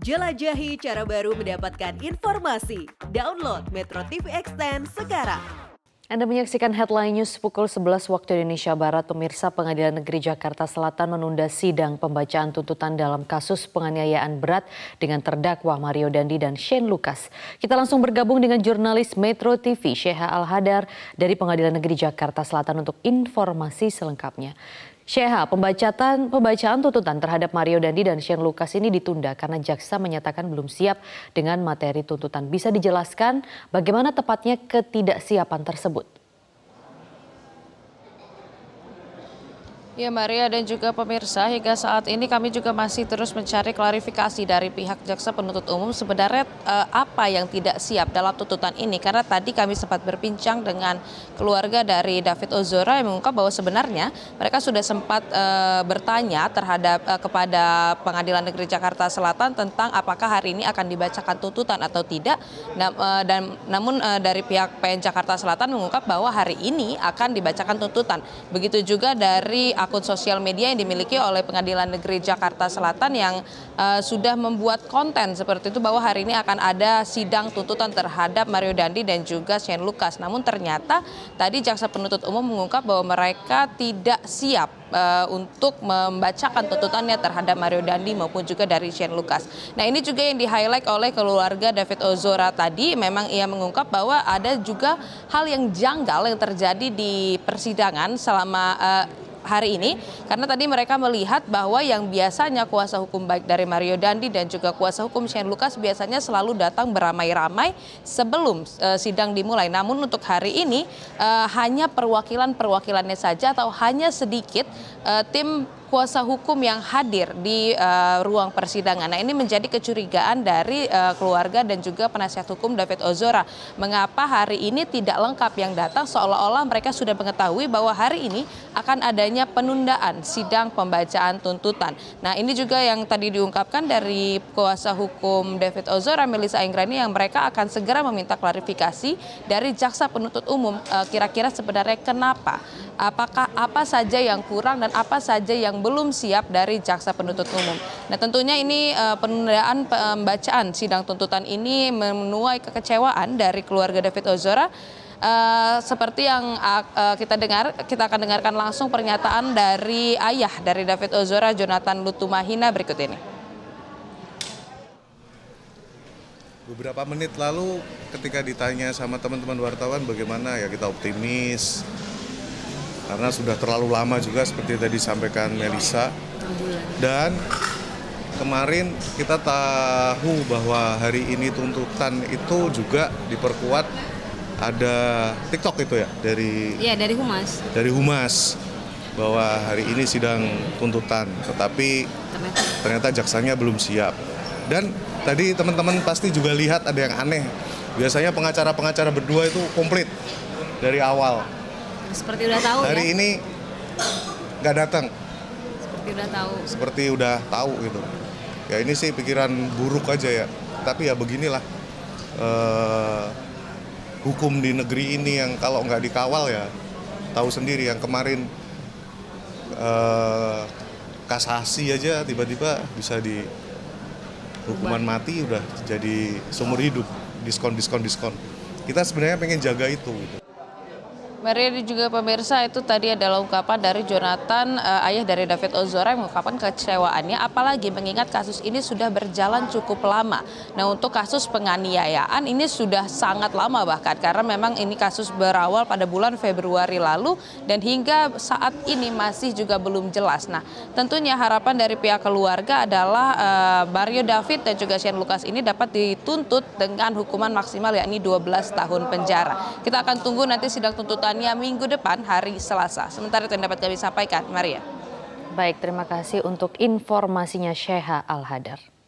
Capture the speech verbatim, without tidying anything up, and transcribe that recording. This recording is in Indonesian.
Jelajahi cara baru mendapatkan informasi. Download Metro T V Extend sekarang. Anda menyaksikan Headline News pukul sebelas waktu Indonesia Barat. Pemirsa, Pengadilan Negeri Jakarta Selatan menunda sidang pembacaan tuntutan dalam kasus penganiayaan berat dengan terdakwa Mario Dandi dan Shane Lucas. Kita langsung bergabung dengan jurnalis Metro T V Sheha Al-Hadar dari Pengadilan Negeri Jakarta Selatan untuk informasi selengkapnya. Sheha, pembacaan, pembacaan tuntutan terhadap Mario Dandi dan Shane Lucas ini ditunda karena jaksa menyatakan belum siap dengan materi tuntutan. Bisa dijelaskan bagaimana tepatnya ketidaksiapan tersebut? Ya Maria dan juga pemirsa, hingga saat ini kami juga masih terus mencari klarifikasi dari pihak jaksa penuntut umum sebenarnya eh, apa yang tidak siap dalam tuntutan ini. Karena tadi kami sempat berbincang dengan keluarga dari David Ozora yang mengungkap bahwa sebenarnya mereka sudah sempat eh, bertanya terhadap eh, kepada Pengadilan Negeri Jakarta Selatan tentang apakah hari ini akan dibacakan tuntutan atau tidak. Nah, eh, dan namun eh, dari pihak P N Jakarta Selatan mengungkap bahwa hari ini akan dibacakan tuntutan. Begitu juga dari akun sosial media yang dimiliki oleh Pengadilan Negeri Jakarta Selatan yang uh, sudah membuat konten seperti itu bahwa hari ini akan ada sidang tuntutan terhadap Mario Dandi dan juga Shane Lucas. Namun ternyata tadi jaksa penuntut umum mengungkap bahwa mereka tidak siap uh, untuk membacakan tuntutannya terhadap Mario Dandi maupun juga dari Shane Lucas. Nah, ini juga yang di-highlight oleh keluarga David Ozora tadi. Memang ia mengungkap bahwa ada juga hal yang janggal yang terjadi di persidangan selama uh, hari ini, karena tadi mereka melihat bahwa yang biasanya kuasa hukum baik dari Mario Dandi dan juga kuasa hukum Shane Lucas biasanya selalu datang beramai-ramai sebelum uh, sidang dimulai. Namun untuk hari ini uh, hanya perwakilan-perwakilannya saja atau hanya sedikit uh, tim kuasa hukum yang hadir di uh, ruang persidangan. Nah, ini menjadi kecurigaan dari uh, keluarga dan juga penasihat hukum David Ozora. Mengapa hari ini tidak lengkap yang datang, seolah-olah mereka sudah mengetahui bahwa hari ini akan adanya penundaan sidang pembacaan tuntutan. Nah, ini juga yang tadi diungkapkan dari kuasa hukum David Ozora, Melissa Ingrani, yang mereka akan segera meminta klarifikasi dari jaksa penuntut umum uh, kira-kira sebenarnya kenapa, apakah apa saja yang kurang dan apa saja yang belum siap dari jaksa penuntut umum. Nah, tentunya ini uh, penundaan pembacaan sidang tuntutan ini menuai kekecewaan dari keluarga David Ozora. Uh, seperti yang uh, kita dengar, kita akan dengarkan langsung pernyataan dari ayah dari David Ozora, Jonathan Lutumahina, berikut ini. Beberapa menit lalu ketika ditanya sama teman-teman wartawan bagaimana, ya kita optimis. Karena sudah terlalu lama juga seperti tadi disampaikan Melissa. Dan kemarin kita tahu bahwa hari ini tuntutan itu juga diperkuat, ada TikTok itu ya dari Iya, dari Humas. Dari Humas bahwa hari ini sidang tuntutan, tetapi ternyata, ternyata jaksanya belum siap. Dan tadi teman-teman pasti juga lihat ada yang aneh. Biasanya pengacara-pengacara berdua itu komplit dari awal. Seperti udah tahu hari ya? Ini nggak datang. Seperti udah tahu. Seperti udah tahu gitu. Ya ini sih pikiran buruk aja ya. Tapi ya beginilah uh, hukum di negeri ini yang kalau nggak dikawal ya tahu sendiri. Yang kemarin uh, kasasi aja tiba-tiba bisa di hukuman mati, udah jadi seumur hidup, diskon diskon diskon. Kita sebenarnya pengen jaga itu. Gitu. Maria dan juga pemirsa, itu tadi adalah ungkapan dari Jonathan, uh, ayah dari David Ozora, yang mengungkapkan kekecewaannya, apalagi mengingat kasus ini sudah berjalan cukup lama. Nah, untuk kasus penganiayaan ini sudah sangat lama bahkan, karena memang ini kasus berawal pada bulan Februari lalu dan hingga saat ini masih juga belum jelas. Nah, tentunya harapan dari pihak keluarga adalah uh, Mario David dan juga Shane Lucas ini dapat dituntut dengan hukuman maksimal yakni dua belas tahun penjara. Kita akan tunggu nanti sidang tuntutan minggu depan hari Selasa. Sementara itu yang dapat kami sampaikan, Maria. Baik, terima kasih untuk informasinya Sheha Al-Hadar.